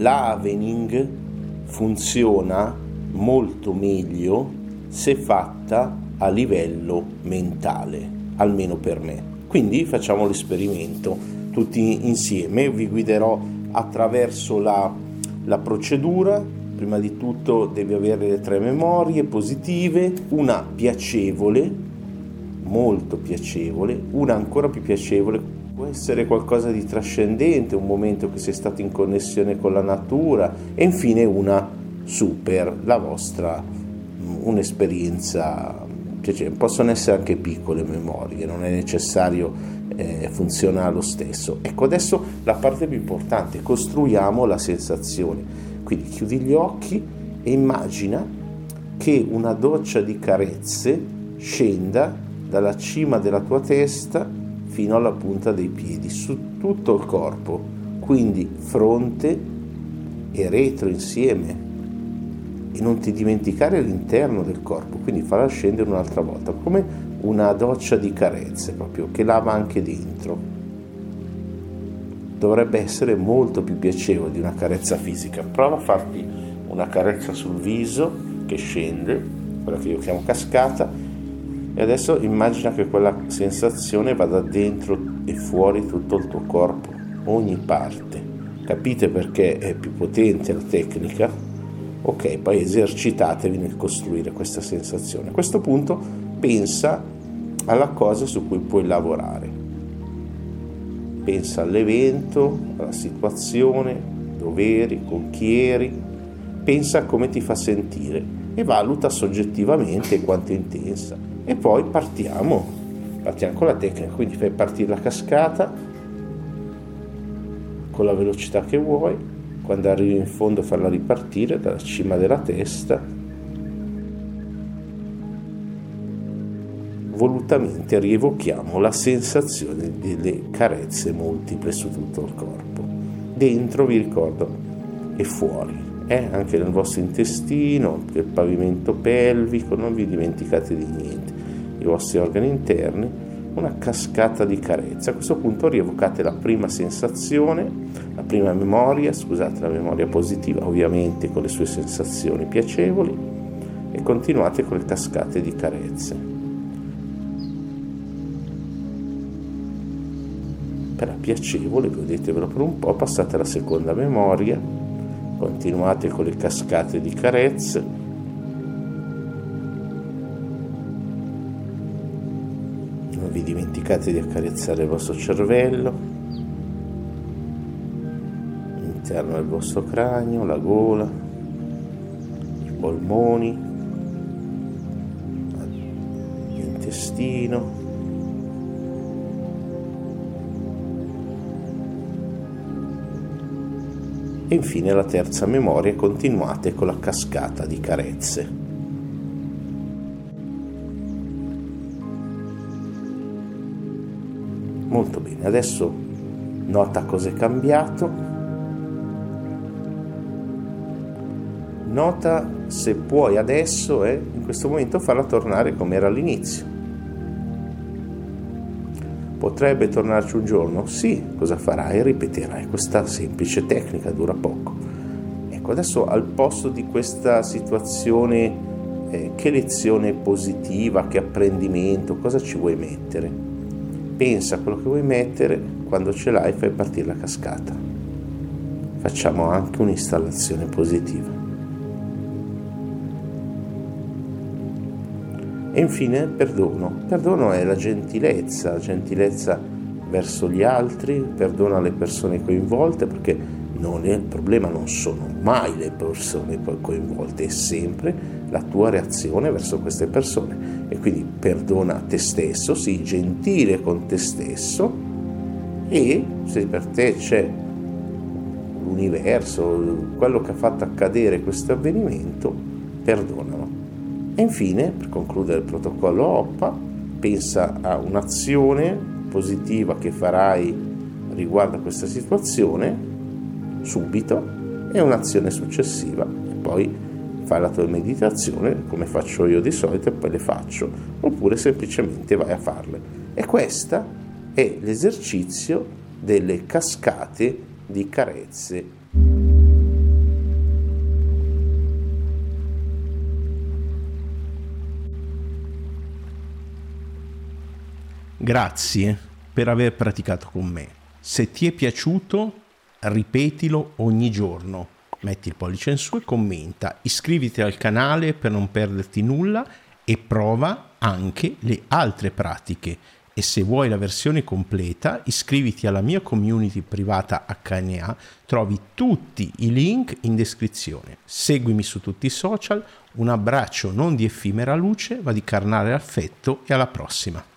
L'Avening funziona molto meglio se fatta a livello mentale, almeno per me. Quindi facciamo l'esperimento tutti insieme. Vi guiderò attraverso la procedura. Prima di tutto devi avere le 3 memorie positive, una piacevole, molto piacevole, una ancora più piacevole, può essere qualcosa di trascendente, un momento che sei stato in connessione con la natura, e infine una super, la vostra, un'esperienza piacevole. Possono essere anche piccole memorie, non è necessario funzionare lo stesso. Ecco, adesso la parte più importante: costruiamo la sensazione. Quindi chiudi gli occhi e immagina che una doccia di carezze scenda dalla cima della tua testa fino alla punta dei piedi, su tutto il corpo, quindi fronte e retro insieme, e non ti dimenticare l'interno del corpo, quindi farla scendere un'altra volta, come una doccia di carezze proprio, che lava anche dentro. Dovrebbe essere molto più piacevole di una carezza fisica. Prova a farti una carezza sul viso che scende, quella che io chiamo cascata, e adesso immagina che quella sensazione vada dentro e fuori tutto il tuo corpo, ogni parte. Capite perché è più potente la tecnica? Ok, poi esercitatevi nel costruire questa sensazione. A questo punto pensa alla cosa su cui puoi lavorare. Pensa all'evento, alla situazione, dove eri, con chi eri, pensa a come ti fa sentire e valuta soggettivamente quanto è intensa. E poi partiamo con la tecnica, quindi fai partire la cascata con la velocità che vuoi, quando arrivi in fondo farla ripartire dalla cima della testa. Volutamente rievochiamo la sensazione delle carezze multiple su tutto il corpo, dentro, vi ricordo, e fuori, anche nel vostro intestino, il pavimento pelvico, non vi dimenticate di niente, i vostri organi interni, una cascata di carezze. A questo punto rievocate la prima sensazione, la prima memoria, la memoria positiva, ovviamente con le sue sensazioni piacevoli, e continuate con le cascate di carezze. Per la piacevole, godetevelo per un po', passate alla seconda memoria, continuate con le cascate di carezze, non vi dimenticate di accarezzare il vostro cervello, l'interno del vostro cranio, la gola, i polmoni, l'intestino. E infine la terza memoria, continuate con la cascata di carezze. Molto bene, adesso nota cosa è cambiato, nota se puoi adesso, in questo momento, farla tornare come era all'inizio. Potrebbe tornarci un giorno? Sì, cosa farai? Ripeterai questa semplice tecnica, dura poco. Ecco, adesso al posto di questa situazione, che lezione positiva, che apprendimento, cosa ci vuoi mettere? Pensa a quello che vuoi mettere, quando ce l'hai fai partire la cascata. Facciamo anche un'installazione positiva. E infine perdono. Perdono è la gentilezza verso gli altri, perdona le persone coinvolte, perché il problema non sono mai le persone coinvolte, è sempre la tua reazione verso queste persone. E quindi perdona te stesso, sii gentile con te stesso, e se per te c'è l'universo, quello che ha fatto accadere questo avvenimento, perdonalo. E infine, per concludere il protocollo OPPA, pensa a un'azione positiva che farai riguardo a questa situazione subito, e un'azione successiva, e poi fai la tua meditazione come faccio io di solito, e poi le faccio, oppure semplicemente vai a farle. E questo è l'esercizio delle cascate di carezze. Grazie per aver praticato con me. Se ti è piaciuto, ripetilo ogni giorno. Metti il pollice in su e commenta. Iscriviti al canale per non perderti nulla e prova anche le altre pratiche. E se vuoi la versione completa, iscriviti alla mia community privata HNA, trovi tutti i link in descrizione. Seguimi su tutti i social, un abbraccio non di effimera luce, ma di carnale affetto e alla prossima.